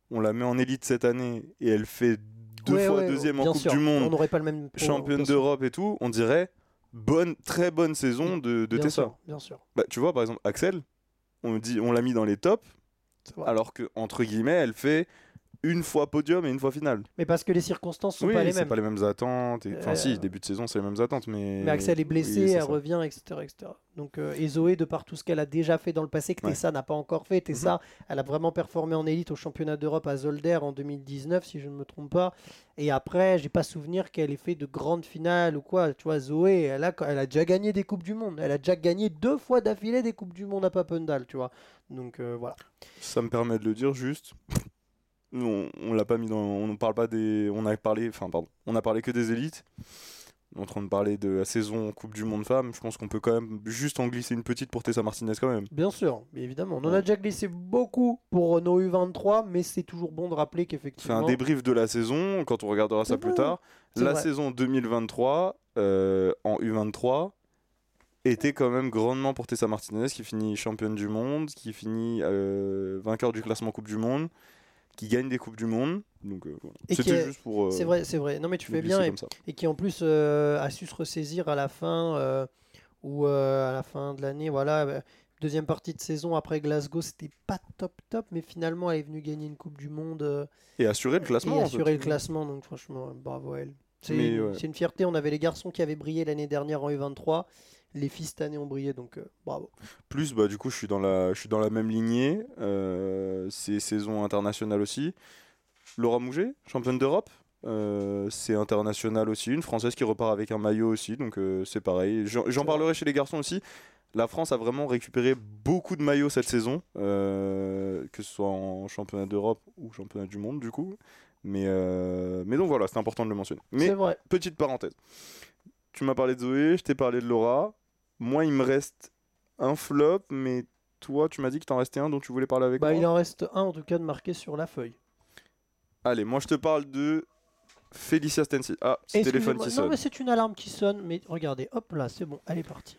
S1: on la met en élite cette année et elle fait deux fois deuxième en
S2: bien
S1: Coupe
S2: sûr.
S1: du Monde,
S2: On n'aurait pas le même
S1: championne
S2: bien sûr.
S1: d'Europe et tout, on dirait très bonne saison de
S2: Bien
S1: Tessa.
S2: sûr, bien sûr.
S1: Bah, tu vois, par exemple, Axel, on l'a mis dans les tops,
S2: C'est vrai.
S1: alors que, entre guillemets, elle fait une fois podium et une fois finale.
S2: Mais parce que les circonstances sont
S1: Oui,
S2: pas les
S1: c'est
S2: mêmes.
S1: pas les mêmes attentes. Enfin, si, début de saison, c'est les mêmes attentes,
S2: Mais Axel est blessé,
S1: oui, c'est
S2: elle
S1: ça.
S2: revient, etc., etc. Donc, et Zoé, de par tout ce qu'elle a déjà fait dans le passé, que
S1: Ouais.
S2: Tessa n'a pas encore fait. Tessa, elle a vraiment performé en élite au championnat d'Europe à Zolder en 2019, si je ne me trompe pas. Et après, j'ai pas souvenir qu'elle ait fait de grandes finales ou quoi. Tu vois, Zoé, elle a déjà gagné des Coupes du Monde. Elle a déjà gagné 2 fois d'affilée des Coupes du Monde à Papendal, tu vois. Donc, voilà.
S1: Ça me permet de le dire juste. Nous, on l'a pas mis dans. On ne parle pas des. On a parlé. Enfin, pardon. On a parlé que des élites. On est en train de parler de la saison Coupe du Monde femmes. Je pense qu'on peut quand même juste en glisser une petite pour Tessa Martinez quand même.
S2: Bien sûr, évidemment. On en a déjà glissé beaucoup pour nos U23, mais c'est toujours bon de rappeler
S1: C'est
S2: qu'effectivement.
S1: un débrief de la saison quand on regardera ça plus tard. La saison 2023 en U23 était quand même grandement pour Tessa Martinez qui finit championne du monde, qui finit vainqueur du classement Coupe du Monde, qui gagne des Coupes du Monde. Donc voilà. C'était juste pour.
S2: C'est vrai, c'est vrai. Non, mais tu fais bien. Et qui en plus a su se ressaisir à la fin ou à la fin de l'année. Voilà. Deuxième partie de saison après Glasgow, c'était pas top, mais finalement elle est venue gagner une Coupe du Monde.
S1: Et assurer le classement.
S2: Et assurer le classement, donc franchement, bravo à elle. C'est une fierté. On avait les garçons qui avaient brillé l'année dernière en U23. Les filles cette année ont brillé, donc bravo.
S1: Plus, bah, du coup, je suis dans la même lignée. C'est saison internationale aussi. Laura Mouget, championne d'Europe. C'est international aussi. Une Française qui repart avec un maillot aussi. Donc c'est pareil. J'en parlerai chez les garçons aussi. La France a vraiment récupéré beaucoup de maillots cette saison. Que ce soit en championnat d'Europe ou championnat du monde, du coup. Mais donc voilà, c'est important de le mentionner. Mais
S2: c'est vrai.
S1: Petite parenthèse. Tu m'as parlé de Zoé, je t'ai parlé de Laura. Moi, il me reste un flop, mais toi, tu m'as dit que t'en restais un dont tu voulais parler avec moi.
S2: Il en reste un en tout cas de marqué sur la feuille.
S1: Allez, moi je te parle de Felicia Stensi. Ah, c'est le téléphone qui sonne.
S2: Non, mais c'est une alarme qui sonne, mais regardez, hop là, c'est bon, elle est partie.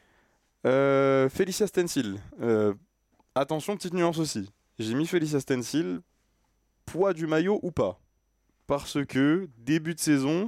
S1: Felicia Stensil. Attention, petite nuance aussi. J'ai mis Felicia Stensil, poids du maillot ou pas. Parce que début de saison,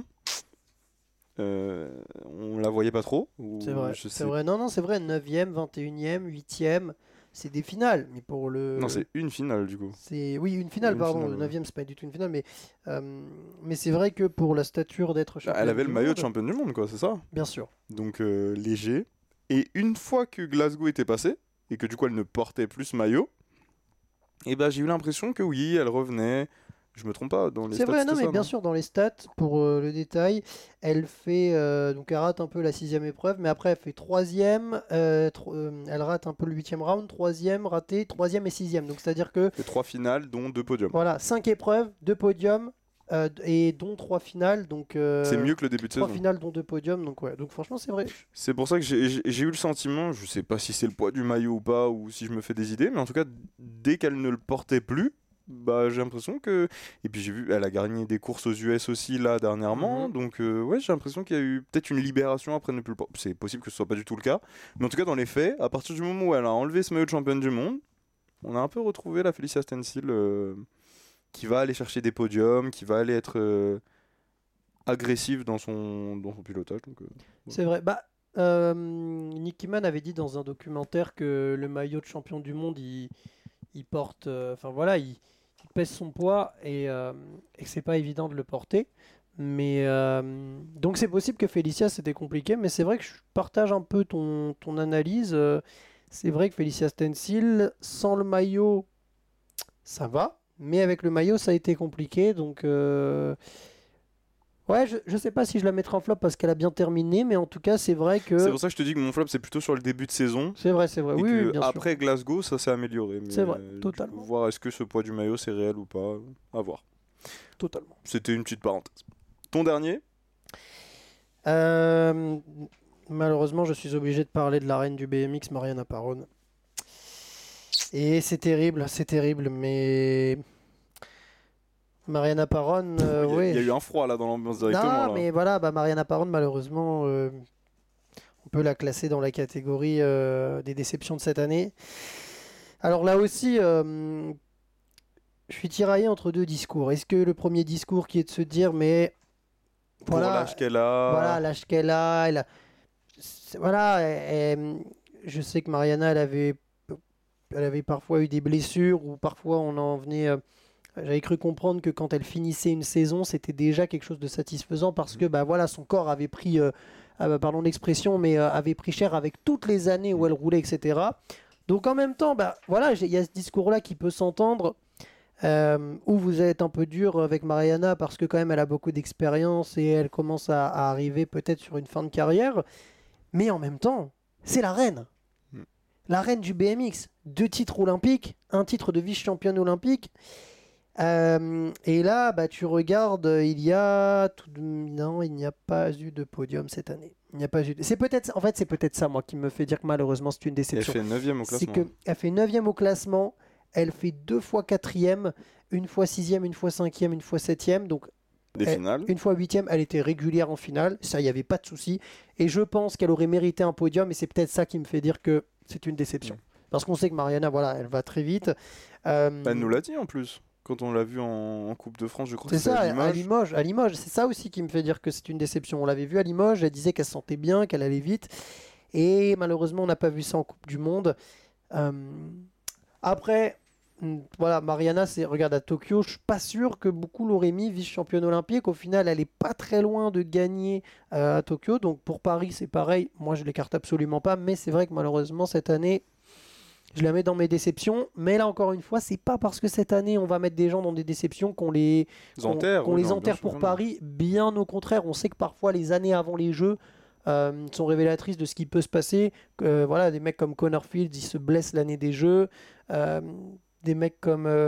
S1: on la voyait pas trop.
S2: C'est vrai, c'est vrai. Non, c'est vrai, 9ème, 21ème, 8ème, c'est des finales. Mais pour le...
S1: Non, c'est une finale du coup.
S2: Oui, une finale, pardon. Le 9ème, c'est pas du tout une finale, mais c'est vrai que pour la stature d'être championne.
S1: Elle avait le maillot de championne du monde, quoi, c'est ça.
S2: Bien sûr.
S1: Donc léger. Et une fois que Glasgow était passé, et que du coup elle ne portait plus ce maillot, et ben j'ai eu l'impression que oui, elle revenait. Je me trompe pas dans les stats.
S2: C'est vrai, non, mais
S1: ça,
S2: bien sûr, dans les stats, pour le détail, elle fait. Donc, elle rate un peu la 6ème épreuve, mais après, elle fait 3ème. Elle rate un peu le 8ème round, 3ème raté, 3ème et 6ème. Donc, c'est-à-dire que.
S1: C'est 3 finales, dont 2 podiums.
S2: Voilà, 5 épreuves, 2 podiums, et dont 3 finales. Donc,
S1: c'est mieux que le début de saison.
S2: 3 finales, dont 2 podiums. Donc, ouais. Donc, franchement, c'est vrai.
S1: C'est pour ça que j'ai eu le sentiment, je sais pas si c'est le poids du maillot ou pas, ou si je me fais des idées, mais en tout cas, dès qu'elle ne le portait plus. Bah, j'ai l'impression que. Et puis j'ai vu, elle a gagné des courses aux US aussi là dernièrement. Donc, ouais, j'ai l'impression qu'il y a eu peut-être une libération après ne plus le porter. C'est possible que ce soit pas du tout le cas. Mais en tout cas, dans les faits, à partir du moment où elle a enlevé ce maillot de championne du monde, on a un peu retrouvé la Felicia Stensil qui va aller chercher des podiums, qui va aller être agressive dans son pilotage. Donc,
S2: c'est vrai. Bah. Nicky Mann avait dit dans un documentaire que le maillot de champion du monde, il porte. Enfin voilà, il pèse son poids et que c'est pas évident de le porter. Mais donc c'est possible que Felicia c'était compliqué, mais c'est vrai que je partage un peu ton analyse. C'est vrai que Felicia Stensil, sans le maillot, ça va, mais avec le maillot, ça a été compliqué. Donc ouais, je sais pas si je la mettrai en flop parce qu'elle a bien terminé, mais en tout cas, c'est vrai que.
S1: C'est pour ça que je te dis que mon flop, c'est plutôt sur le début de saison.
S2: C'est vrai,
S1: Et
S2: oui,
S1: que
S2: bien sûr.
S1: après Glasgow, ça s'est amélioré.
S2: C'est vrai, totalement.
S1: Du coup, voir est-ce que ce poids du maillot, c'est réel ou pas, à voir.
S2: Totalement.
S1: C'était une petite parenthèse. Ton dernier ?
S2: Malheureusement, je suis obligé de parler de la reine du BMX, Mariana Parone. Et c'est terrible, mais Mariana Parone,
S1: il y a eu un froid là dans l'ambiance directement.
S2: Non, mais voilà, Mariana Parone, malheureusement, on peut la classer dans la catégorie des déceptions de cette année. Alors là aussi, je suis tiraillé entre deux discours. Est-ce que le premier discours qui est de se dire, mais
S1: Pour
S2: voilà,
S1: l'âge qu'elle a.
S2: voilà l'âge qu'elle a, voilà, je sais que Mariana, elle avait parfois eu des blessures ou parfois on en venait. J'avais cru comprendre que quand elle finissait une saison, c'était déjà quelque chose de satisfaisant parce que bah voilà, son corps avait pris, pardon l'expression, mais avait pris cher avec toutes les années où elle roulait, etc. Donc en même temps, bah voilà, il y a ce discours-là qui peut s'entendre. Où vous êtes un peu dur avec Mariana parce que quand même elle a beaucoup d'expérience et elle commence à arriver peut-être sur une fin de carrière. Mais en même temps, c'est la reine.
S1: Mm.
S2: La reine du BMX. 2 titres olympiques, un titre de vice-championne olympique. Et là, bah, tu regardes, non, il n'y a pas eu de podium cette année. Il n'y a pas eu C'est peut-être, en fait, c'est peut-être ça, moi, qui me fait dire que malheureusement, c'est une
S1: Elle
S2: déception.
S1: fait 9ème au
S2: C'est
S1: classement.
S2: qu'elle fait 9e au classement, elle fait 2 fois 4e, une fois 6e, une fois 5e, une fois 7e. Donc,
S1: Des finales.
S2: une fois 8e, elle était régulière en finale. Ça, il n'y avait pas de souci. Et je pense qu'elle aurait mérité un podium. Et c'est peut-être ça qui me fait dire que c'est une déception.
S1: Mm.
S2: Parce qu'on sait que Mariana, voilà, elle va très vite.
S1: Elle nous l'a dit en plus. Quand on l'a vu en Coupe de France, je crois que
S2: C'est
S1: c'est
S2: ça,
S1: à Limoges.
S2: à Limoges. C'est ça aussi qui me fait dire que c'est une déception. On l'avait vu à Limoges, elle disait qu'elle se sentait bien, qu'elle allait vite. Et malheureusement, on n'a pas vu ça en Coupe du Monde. Euh, Après, voilà, Mariana, regarde à Tokyo, je suis pas sûr que beaucoup l'auraient mis vice-championne olympique. Au final, elle est pas très loin de gagner à Tokyo. Donc pour Paris, c'est pareil. Moi, je l'écarte absolument pas. Mais c'est vrai que malheureusement, cette année, je la mets dans mes déceptions. Mais là, encore une fois, c'est pas parce que cette année, on va mettre des gens dans des déceptions qu'on les
S1: Oui,
S2: les
S1: non, bien
S2: enterre
S1: sûr
S2: pour
S1: que non.
S2: Paris. Bien au contraire, on sait que parfois, les années avant les Jeux sont révélatrices de ce qui peut se passer. Voilà, des mecs comme Connor Fields, ils se blessent l'année des Jeux. Euh, des mecs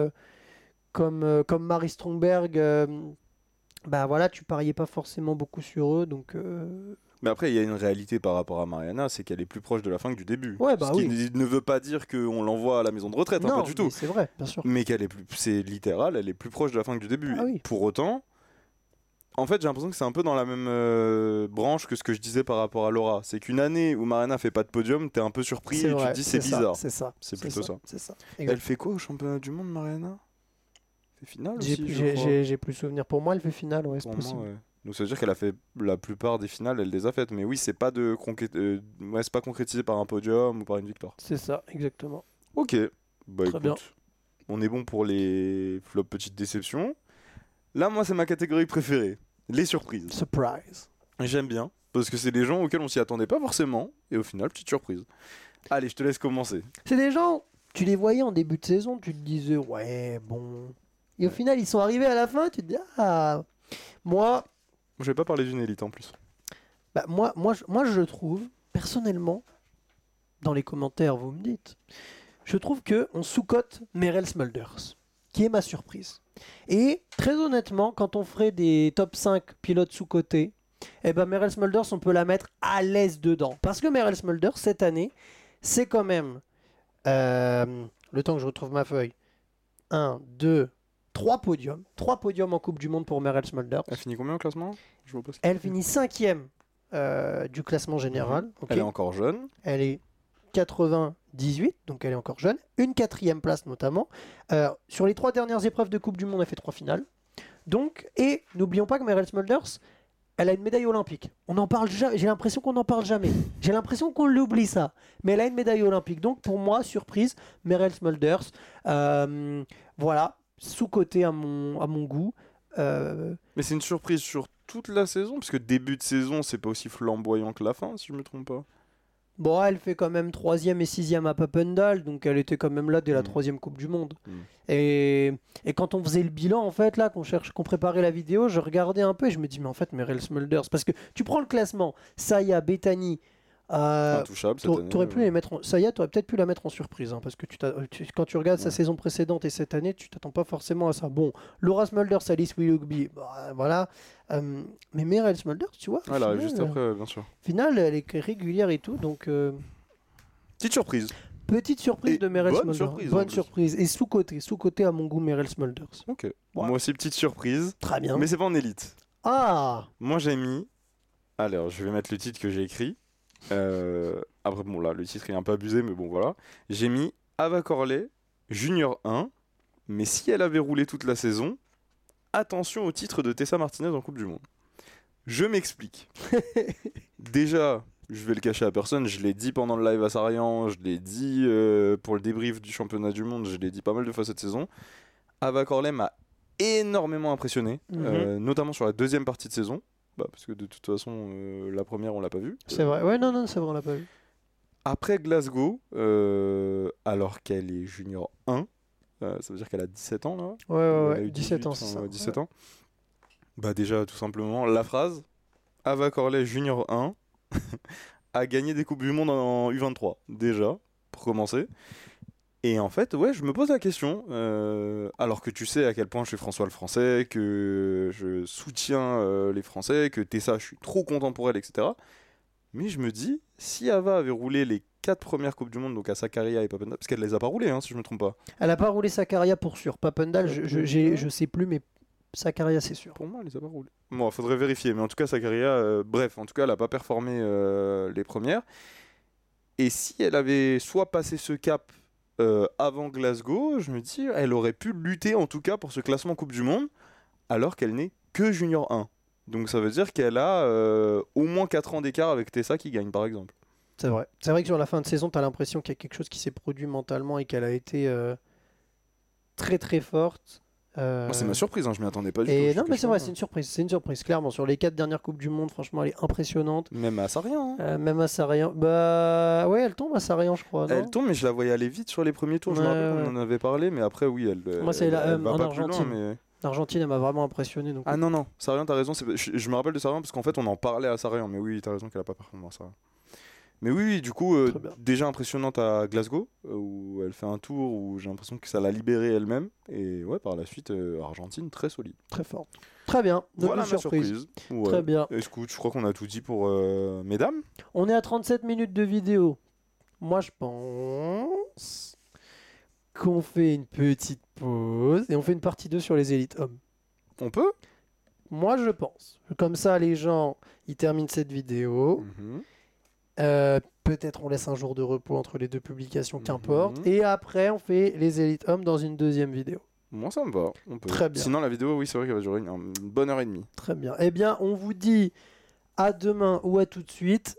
S2: comme Mary Strongberg, bah voilà, tu pariais pas forcément beaucoup sur eux, donc
S1: Mais après, il y a une réalité par rapport à Mariana, c'est qu'elle est plus proche de la fin que du début.
S2: ouais,
S1: Ce
S2: bah
S1: qui
S2: oui.
S1: ne veut pas dire qu'on l'envoie à la maison de retraite, hein, pas
S2: Non,
S1: du
S2: mais
S1: tout.
S2: c'est vrai, bien sûr.
S1: Mais qu'elle est plus, c'est littéral, elle est plus proche de la fin que du début.
S2: Ah oui.
S1: Pour autant, en fait, j'ai l'impression que c'est un peu dans la même branche que ce que je disais par rapport à Laura. C'est qu'une année où Mariana fait pas de podium, t'es un peu surpris
S2: C'est
S1: et tu te
S2: vrai,
S1: dis c'est bizarre. C'est
S2: c'est
S1: plutôt ça.
S2: c'est ça.
S1: Elle
S2: Exact.
S1: fait quoi au championnat du monde, Mariana? Elle fait finale aussi, je crois.
S2: J'ai plus souvenir. Pour moi, elle fait finale, ouais, c'est
S1: Pour
S2: possible.
S1: moi, ouais. Donc ça veut dire qu'elle a fait la plupart des finales, elle les a faites. Mais oui, c'est pas ouais, c'est pas concrétisé par un podium ou par une victoire.
S2: C'est ça, exactement.
S1: Ok, bah
S2: Très bien.
S1: écoute, on est bon pour les flops petites déceptions. Là, moi, c'est ma catégorie préférée, les surprises.
S2: Surprise.
S1: J'aime bien, parce que c'est des gens auxquels on s'y attendait pas forcément, et au final, petite surprise. Allez, je te laisse commencer.
S2: C'est des gens, tu les voyais en début de saison, tu te disais, ouais, bon. Et au final, ils sont arrivés à la fin, tu te dis, ah. Moi,
S1: Je vais pas parler d'une élite en plus.
S2: bah, moi, je trouve, personnellement, dans les commentaires, vous me dites, je trouve que on sous-cote Merel Smulders, qui est ma surprise. Et très honnêtement, quand on ferait des top 5 pilotes sous-cotés, eh ben Merel Smulders, on peut la mettre à l'aise dedans. Parce que Merel Smulders, cette année, c'est quand même, le temps que je retrouve ma feuille, 1, 2, 3 podiums. 3 podiums en Coupe du Monde pour Merel Smulders.
S1: Elle finit combien au classement? Je vois pas ce
S2: Elle
S1: qu'il fait.
S2: finit 5e du classement général. Ok.
S1: Elle est encore jeune.
S2: Elle est 98, donc elle est encore jeune. Une 4e place notamment. Sur les 3 dernières épreuves de Coupe du Monde, elle fait 3 finales. Donc, et n'oublions pas que Merel Smulders, elle a une médaille olympique. On en parle jamais. J'ai l'impression qu'on n'en parle jamais. J'ai l'impression qu'on l'oublie ça. Mais elle a une médaille olympique. Donc pour moi, surprise, Merel Smulders. Voilà, sous-côté à mon goût.
S1: Mais c'est une surprise sur toute la saison, parce que début de saison, c'est pas aussi flamboyant que la fin, si je me trompe pas.
S2: Bon, elle fait quand même 3e et 6e à Papendal, donc elle était quand même là dès la
S1: Mm.
S2: 3e Coupe du Monde.
S1: Mm.
S2: Et quand on faisait le bilan, en fait, là, qu'on préparait la vidéo, je regardais un peu et je me dis, mais en fait, Merel Smulders, parce que tu prends le classement, Saya, Bethany,
S1: Intouchable cette année.
S2: t'aurais pu les mettre Saya, t'aurais peut-être pu la mettre en surprise, hein, parce que quand tu regardes sa
S1: Ouais.
S2: saison précédente et cette année, tu t'attends pas forcément à ça. Bon, Laura Smulders, Alice Willoughby, bah, voilà. Mais Merel Smulders, tu vois, au
S1: Elle arrive
S2: final,
S1: juste après, bien sûr.
S2: final, elle est régulière et tout, donc...
S1: Petite surprise.
S2: Petite surprise
S1: Et
S2: de Merel
S1: bonne
S2: Smulders.
S1: surprise, en
S2: Bonne
S1: plus.
S2: surprise. Et sous-côté à mon goût, Merel Smulders.
S1: Ok.
S2: Ouais.
S1: Moi aussi, petite surprise.
S2: Très bien.
S1: Mais c'est pas en élite.
S2: Ah,
S1: Moi, j'ai mis. Alors, je vais mettre le titre que j'ai écrit. Après, bon, là, le titre est un peu abusé, mais bon, voilà. J'ai mis Ava Corley, Junior 1, Mais si elle avait roulé toute la saison, attention au titre de Tessa Martinez en Coupe du Monde. Je m'explique. Déjà, je vais le cacher à personne, je l'ai dit pendant le live à Sarian, je l'ai dit pour le débrief du championnat du monde, je l'ai dit pas mal de fois cette saison. Ava Corley m'a énormément impressionné, notamment sur la deuxième partie de saison, parce que de toute façon, la première, on l'a pas vue.
S2: C'est vrai, ouais, non, c'est vrai, on l'a pas vu.
S1: Après Glasgow, alors qu'elle est junior 1, ça veut dire qu'elle a 17 ans là.
S2: Ouais, 17 ans, c'est ça.
S1: 17 ans. Bah déjà, tout simplement, la phrase Ava Corley junior 1 a gagné des Coupes du Monde en U23, déjà, pour commencer. Et en fait, ouais, je me pose la question, alors que tu sais à quel point je suis François le Français, que je soutiens les Français, que Tessa, je suis trop content pour elle, etc. Mais je me dis, si Ava avait roulé les 4 premières Coupes du Monde, donc à Sakarya et Papendal, parce qu'elle les a pas roulées, hein, si je me trompe pas.
S2: Elle a pas roulé Sakarya pour sûr. Papendal, je sais plus, mais Sakarya, c'est sûr.
S1: Pour moi, elle les a pas roulées. Bon, faudrait vérifier, mais en tout cas, Sakarya, bref, en tout cas, elle a pas performé les premières. Et si elle avait soit passé ce cap avant Glasgow, je me dis, elle aurait pu lutter en tout cas pour ce classement Coupe du Monde, alors qu'elle n'est que junior 1. Donc ça veut dire qu'elle a au moins 4 ans d'écart avec Tessa qui gagne par exemple.
S2: C'est vrai. C'est vrai que sur la fin de saison, tu as l'impression qu'il y a quelque chose qui s'est produit mentalement et qu'elle a été très très forte.
S1: Moi, c'est ma surprise, hein, je m'y attendais pas du
S2: Et
S1: tout.
S2: non, mais c'est vrai, c'est une surprise, clairement. Sur les 4 dernières Coupes du Monde, franchement, elle est impressionnante.
S1: Même à Sarian. Hein.
S2: Même à Sarian. Bah ouais, elle tombe à Sarian, je crois. Non,
S1: elle tombe, mais je la voyais aller vite sur les premiers tours. Je me rappelle qu'on en avait parlé, mais après, oui, elle.
S2: Moi, c'est
S1: elle
S2: en
S1: va pas
S2: Argentine.
S1: plus loin, mais...
S2: L'Argentine, elle m'a vraiment impressionné. Donc...
S1: Ah non, Sarian, t'as raison. Je me rappelle de Sarian parce qu'en fait, on en parlait à Sarian, mais oui, t'as raison qu'elle a pas performé à Sarian. Mais oui, du coup, déjà impressionnante à Glasgow, où elle fait un tour où j'ai l'impression que ça l'a libérée elle-même. Et ouais, par la suite, Argentine, très solide.
S2: Très forte. Très bien.
S1: Voilà ma surprise. Ouais.
S2: Très bien.
S1: Écoute, je crois qu'on a tout dit pour mesdames.
S2: On est à 37 minutes de vidéo. Moi, je pense qu'on fait une petite pause et on fait une partie 2 sur les élites hommes.
S1: On peut ?
S2: Moi, je pense. Comme ça, les gens, ils terminent cette vidéo. Peut-être on laisse un jour de repos entre les deux publications, qu'importe. Et après, on fait les élites hommes dans une deuxième vidéo.
S1: Moi, ça me va. On peut.
S2: Très bien.
S1: Sinon, la vidéo, oui, c'est vrai qu'elle va durer une bonne heure et demie.
S2: Très bien. Eh bien, on vous dit à demain ou à tout de suite.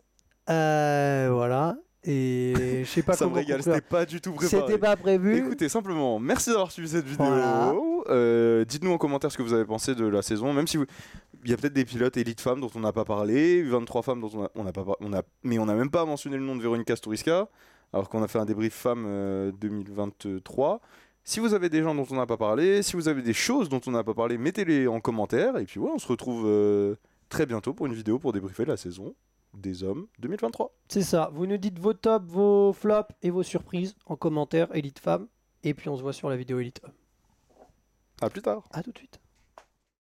S2: Voilà. Et je sais pas
S1: ça
S2: comment
S1: me régale, c'était pas du tout préparé.
S2: C'était pas prévu.
S1: Écoutez, simplement, merci d'avoir suivi cette vidéo.
S2: Voilà.
S1: Dites-nous en commentaire ce que vous avez pensé de la saison, même si il y a peut-être des pilotes élites femmes dont on n'a pas parlé, 23 femmes dont mais on n'a même pas mentionné le nom de Véronica Sturiska, alors qu'on a fait un débrief femmes 2023. Si vous avez des gens dont on n'a pas parlé, si vous avez des choses dont on n'a pas parlé, mettez-les en commentaire. Et puis ouais, on se retrouve très bientôt pour une vidéo pour débriefer la saison des hommes 2023.
S2: C'est ça. Vous nous dites vos tops, vos flops et vos surprises en commentaire, Elite Femmes. Et puis on se voit sur la vidéo Elite Homme.
S1: À plus tard.
S2: À tout de suite.